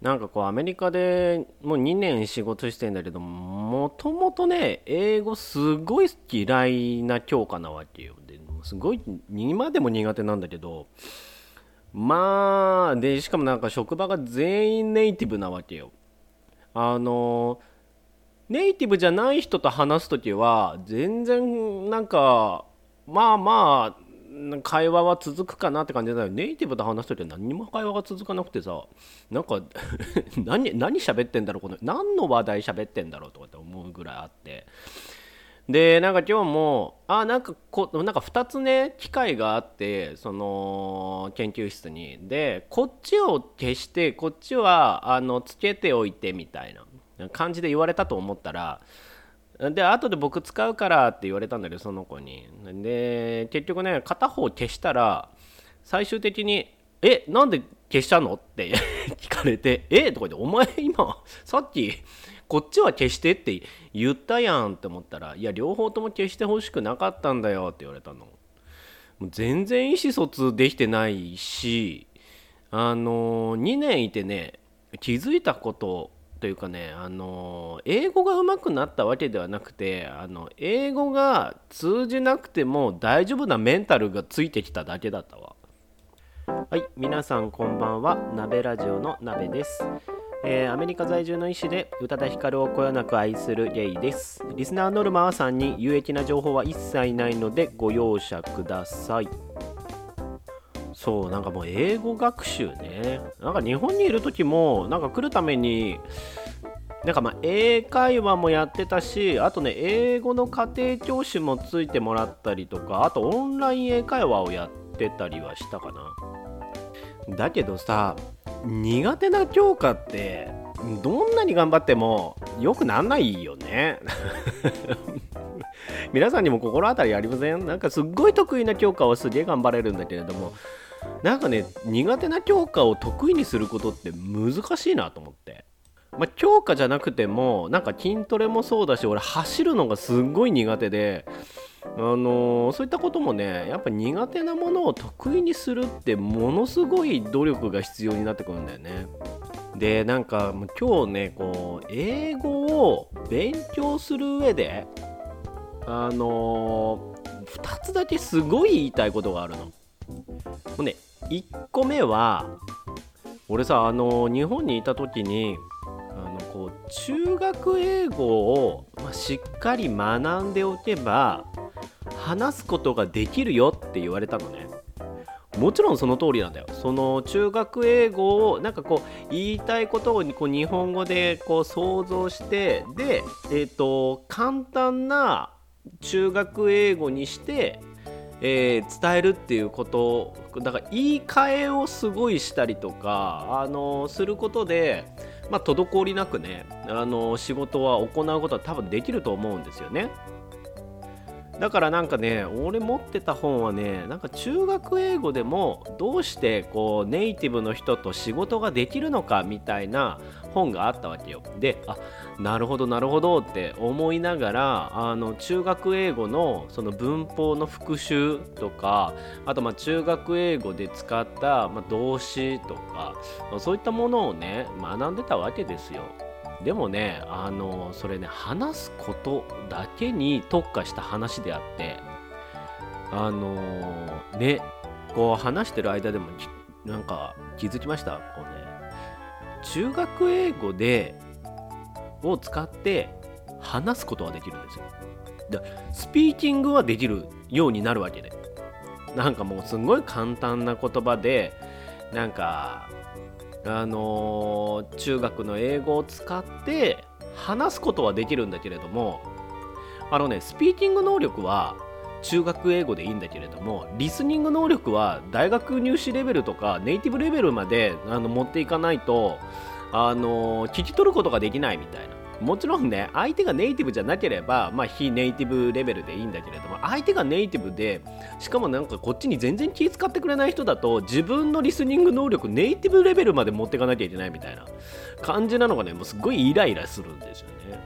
なんかこうアメリカでもう2年仕事してんだけどもともとね英語すごい嫌いな教科なわけよ。ですごい今でも苦手なんだけど、まあでしかもなんか職場が全員ネイティブなわけよ。あのネイティブじゃない人と話すときは全然なんかまあまあ会話は続くかなって感じだよ。ネイティブと話すときは何にも会話が続かなくてさ、なんか何喋ってんだろう、この何の話題喋ってんだろうとかって思うぐらいあって、でなんか今日もなんか2つね機会があって、その研究室にでこっちを消してこっちはつけておいてみたいな感じで言われたと思ったら、で後で僕使うからって言われたんだけど、その子に。で結局ね片方消したら最終的になんで消したのって聞かれて、とか言って、お前今さっきこっちは消してって言ったやんって思ったら、いや両方とも消してほしくなかったんだよって言われたの。もう全然意思疎通できてないし、2年いてね気づいたことというかね、英語が上手くなったわけではなくて、英語が通じなくても大丈夫なメンタルがついてきただけだったわ。はい、皆さんこんばんは。鍋ラジオの鍋です。アメリカ在住の医師で宇多田ヒカルをこよなく愛するゲイです。リスナーノルマはさんに有益な情報は一切ないのでご容赦ください。そうなんかもう英語学習ね、なんか日本にいる時もなんか来るためになんか英会話もやってたし、あとね英語の家庭教師もついてもらったりとか、あとオンライン英会話をやってたりはしたかな。だけどさ、苦手な教科ってどんなに頑張ってもよくなんないよね皆さんにも心当たりありません？なんかすっごい得意な教科をすげえ頑張れるんだけれども、なんかね苦手な教科を得意にすることって難しいなと思って、教科じゃなくてもなんか筋トレもそうだし、俺走るのがすっごい苦手で、そういったこともねやっぱ苦手なものを得意にするってものすごい努力が必要になってくるんだよね。でなんか今日ねこう英語を勉強する上で2つだけすごい言いたいことがあるの。もうね1個目は、俺さ日本にいた時にこう中学英語を、しっかり学んでおけば話すことができるよって言われたのね。もちろんその通りなんだよ。その中学英語をなんかこう言いたいことをこう日本語でこう想像して、で簡単な中学英語にして、伝えるっていうことだから、言い換えをすごいしたりとかすることで、滞りなくね仕事は行うことは多分できると思うんですよね。だからなんかね俺持ってた本はね、なんか中学英語でもどうしてこうネイティブの人と仕事ができるのかみたいな本があったわけよ。でなるほどなるほどって思いながら中学英語のその文法の復習とか、あと中学英語で使った、動詞とか、そういったものをね学んでたわけですよ。でもねそれね話すことだけに特化した話であって、ねこう話してる間でもなんか気づきました。こうね中学英語を使って話すことはできるんですよ。でスピーキングはできるようになるわけで、なんかもうすごい簡単な言葉でなんか中学の英語を使って話すことはできるんだけれども、スピーキング能力は中学英語でいいんだけれども、リスニング能力は大学入試レベルとかネイティブレベルまで持っていかないと聞き取ることができないみたいな。もちろんね相手がネイティブじゃなければ非ネイティブレベルでいいんだけれども、相手がネイティブでしかもなんかこっちに全然気遣ってくれない人だと、自分のリスニング能力ネイティブレベルまで持っていかなきゃいけないみたいな感じなのがね、もうすごいイライラするんですよね。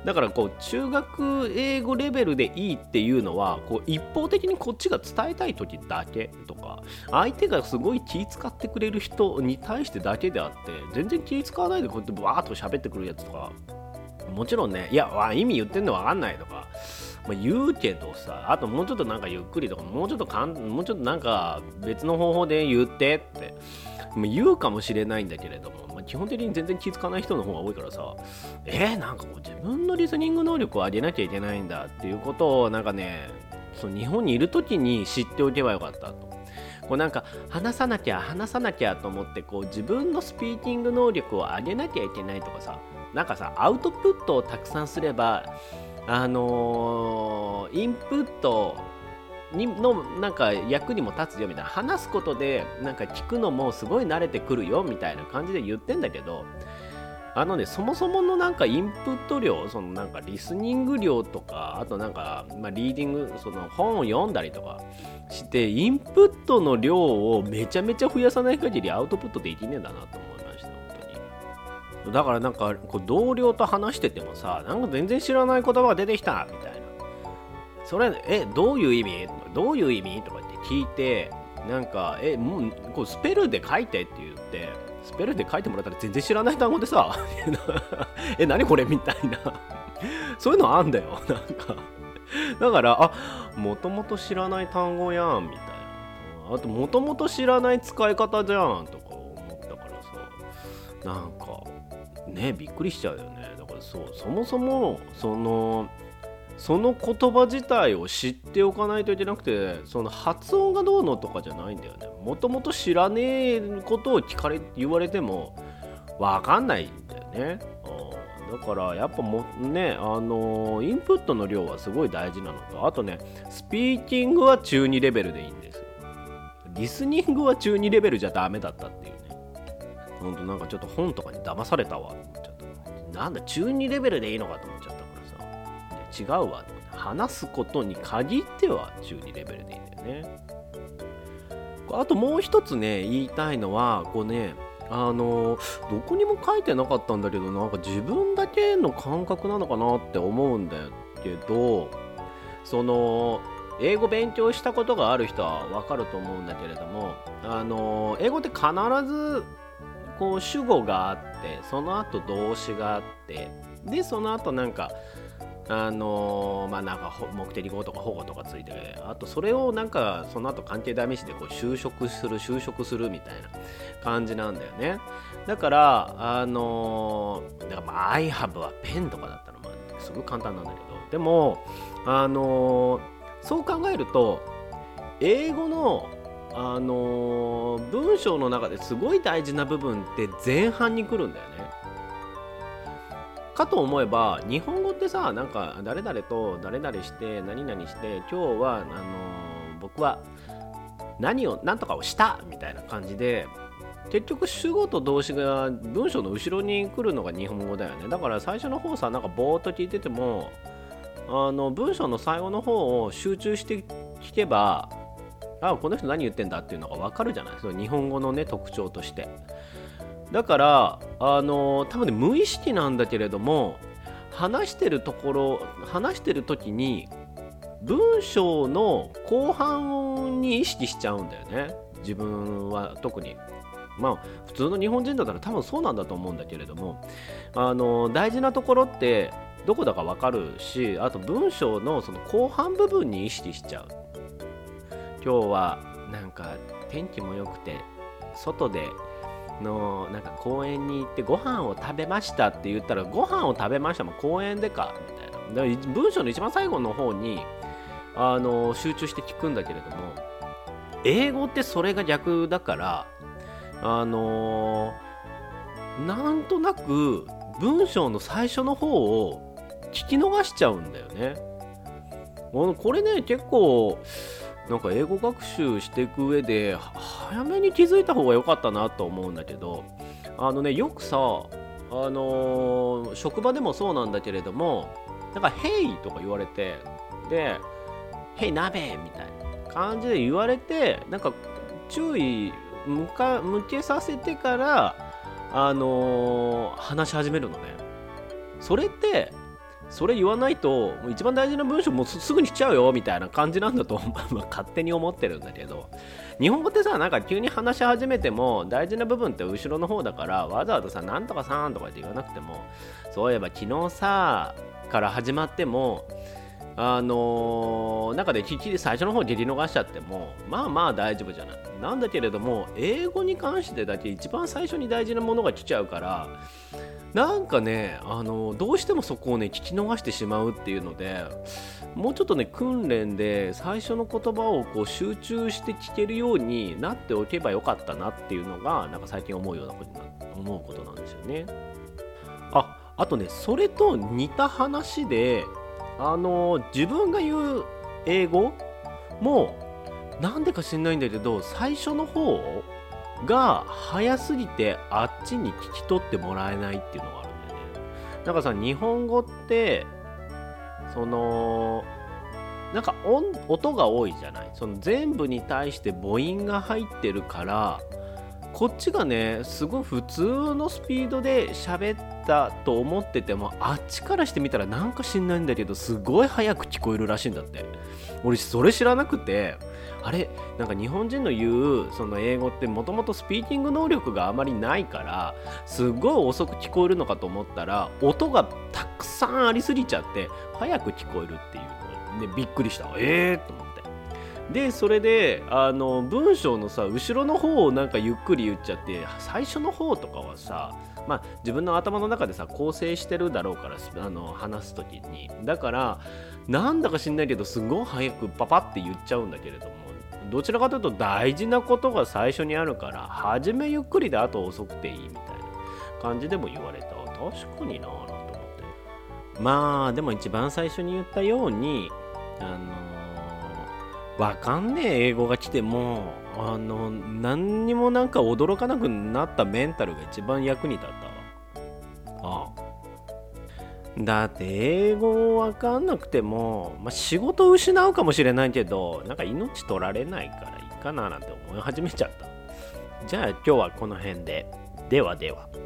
だからこう中学英語レベルでいいっていうのはこう一方的にこっちが伝えたい時だけとか、相手がすごい気使ってくれる人に対してだけであって、全然気使わないでこうやってバーッと喋ってくるやつとか、もちろんね、いや意味言ってんの分かんないとか、言うけどさ、あともうちょっとなんかゆっくりとか、もうちょっとなんか別の方法で言ってって言うかもしれないんだけれども、基本的に全然気づかない人の方が多いからさ、なんかこう自分のリスニング能力を上げなきゃいけないんだっていうことをなんかね、日本にいる時に知っておけばよかったと。こうなんか話さなきゃと思ってこう自分のスピーキング能力を上げなきゃいけないとかさ、なんかさアウトプットをたくさんすればインプットのなんか役にも立つよみたいな、話すことでなんか聞くのもすごい慣れてくるよみたいな感じで言ってんだけど、そもそものなんかインプット量、そのなんかリスニング量とか、あとなんかリーディング、その本を読んだりとかしてインプットの量をめちゃめちゃ増やさない限りアウトプットできねえんだなと思いました、本当に。だからなんかこう同僚と話しててもさ、なんか全然知らない言葉が出てきたみたいな、それどういう意味とかって聞いて、なんかもうこうスペルで書いてって言って、スペルで書いてもらったら全然知らない単語でさ何これみたいなそういうのあんだよ、なんかだからもともと知らない単語やんみたいな、あともともと知らない使い方じゃんとか思ったからさ、なんかね、びっくりしちゃうよね。だからそもそもその言葉自体を知っておかないといけなくて、その発音がどうのとかじゃないんだよね。もともと知らねえことを言われても分かんないんだよね。だからやっぱインプットの量はすごい大事なのと、あとね、スピーキングは中2レベルでいいんですよ。リスニングは中2レベルじゃダメだったっていうね。ほんとなんかちょっと本とかに騙されたわと思っちゃった。なんだ中2レベルでいいのかと思っちゃったからさ、違うわ。話すことに限っては中2レベルでいいんだよね。あともう一つね言いたいのは、こうね、どこにも書いてなかったんだけど、なんか自分だけの感覚なのかなって思うんだけど、英語勉強したことがある人は分かると思うんだけれども、英語って必ずこう主語があって、その後動詞があって、でその後なんかなんか目的語とか保護とかついて、あとそれをなんかその後関係代名詞でこう修飾するみたいな感じなんだよね。だからI have はペンとかだったらすごい簡単なんだけど、でもそう考えると英語の文章の中ですごい大事な部分って前半に来るんだよね。かと思えば日本語ってさ、なんか誰々と誰々して何々して今日は僕は何とかをしたみたいな感じで、結局主語と動詞が文章の後ろに来るのが日本語だよね。だから最初の方さ、なんかぼーっと聞いてても文章の最後の方を集中して聞けば、この人何言ってんだっていうのが分かるじゃない。その日本語のね特徴として。だから多分ね、無意識なんだけれども、話してる時に文章の後半に意識しちゃうんだよね、自分は特に。普通の日本人だったら多分そうなんだと思うんだけれども、大事なところってどこだか分かるし、あと文章のその後半部分に意識しちゃう。今日はなんか天気も良くて外でなんか公園に行ってご飯を食べましたって言ったら、ご飯を食べましたも公園でかみたいな。だから文章の一番最後の方に集中して聞くんだけれども、英語ってそれが逆だから、なんとなく文章の最初の方を聞き逃しちゃうんだよね。これね、結構なんか英語学習していく上で早めに気づいた方が良かったなと思うんだけど、よくさ、職場でもそうなんだけれども、なんかヘイとか言われて、でヘイ鍋みたいな感じで言われて、なんか注意向けさせてから話し始めるのね。それってそれ言わないともう一番大事な文章もうすぐにしちゃうよみたいな感じなんだと勝手に思ってるんだけど、日本語ってさ、なんか急に話し始めても大事な部分って後ろの方だから、わざわざさなんとかさんとかって言わなくても、そういえば昨日さから始まっても中で最初の方聞き逃しちゃってもまあまあ大丈夫じゃない。なんだけれども英語に関してだけ一番最初に大事なものが来ちゃうから、なんかねどうしてもそこをね聞き逃してしまうっていうので、もうちょっとね訓練で最初の言葉をこう集中して聞けるようになっておけばよかったなっていうのがなんか最近思うことなんですよね。あとね、それと似た話で自分が言う英語もなんでか知んないんだけど、最初の方が早すぎてあっちに聞き取ってもらえないっていうのがあるんだよね。なんかさ、日本語ってなんか音が多いじゃない。その全部に対して母音が入ってるから、こっちがねすごい普通のスピードで喋ったと思ってても、あっちからしてみたらなんか知んないんだけどすごい早く聞こえるらしいんだって。俺それ知らなくて、あれなんか日本人の言うその英語ってもともとスピーキング能力があまりないからすごい遅く聞こえるのかと思ったら、音がたくさんありすぎちゃって早く聞こえるっていうのでびっくりした。と思って。でそれで文章のさ後ろの方をなんかゆっくり言っちゃって、最初の方とかはさ、まあ自分の頭の中でさ構成してるだろうから、話す時にだからなんだか知んないけどすごい早くパパって言っちゃうんだけれども、どちらかというと大事なことが最初にあるから初めゆっくりであと遅くていいみたいな感じでも言われた。確かになぁと思って。まあでも一番最初に言ったようにわかんねえ英語が来ても何にもなんか驚かなくなったメンタルが一番役に立ったわ。だって英語わかんなくても、仕事を失うかもしれないけど、なんか命取られないからいいかななんて思い始めちゃった。じゃあ今日はこの辺で。ではでは。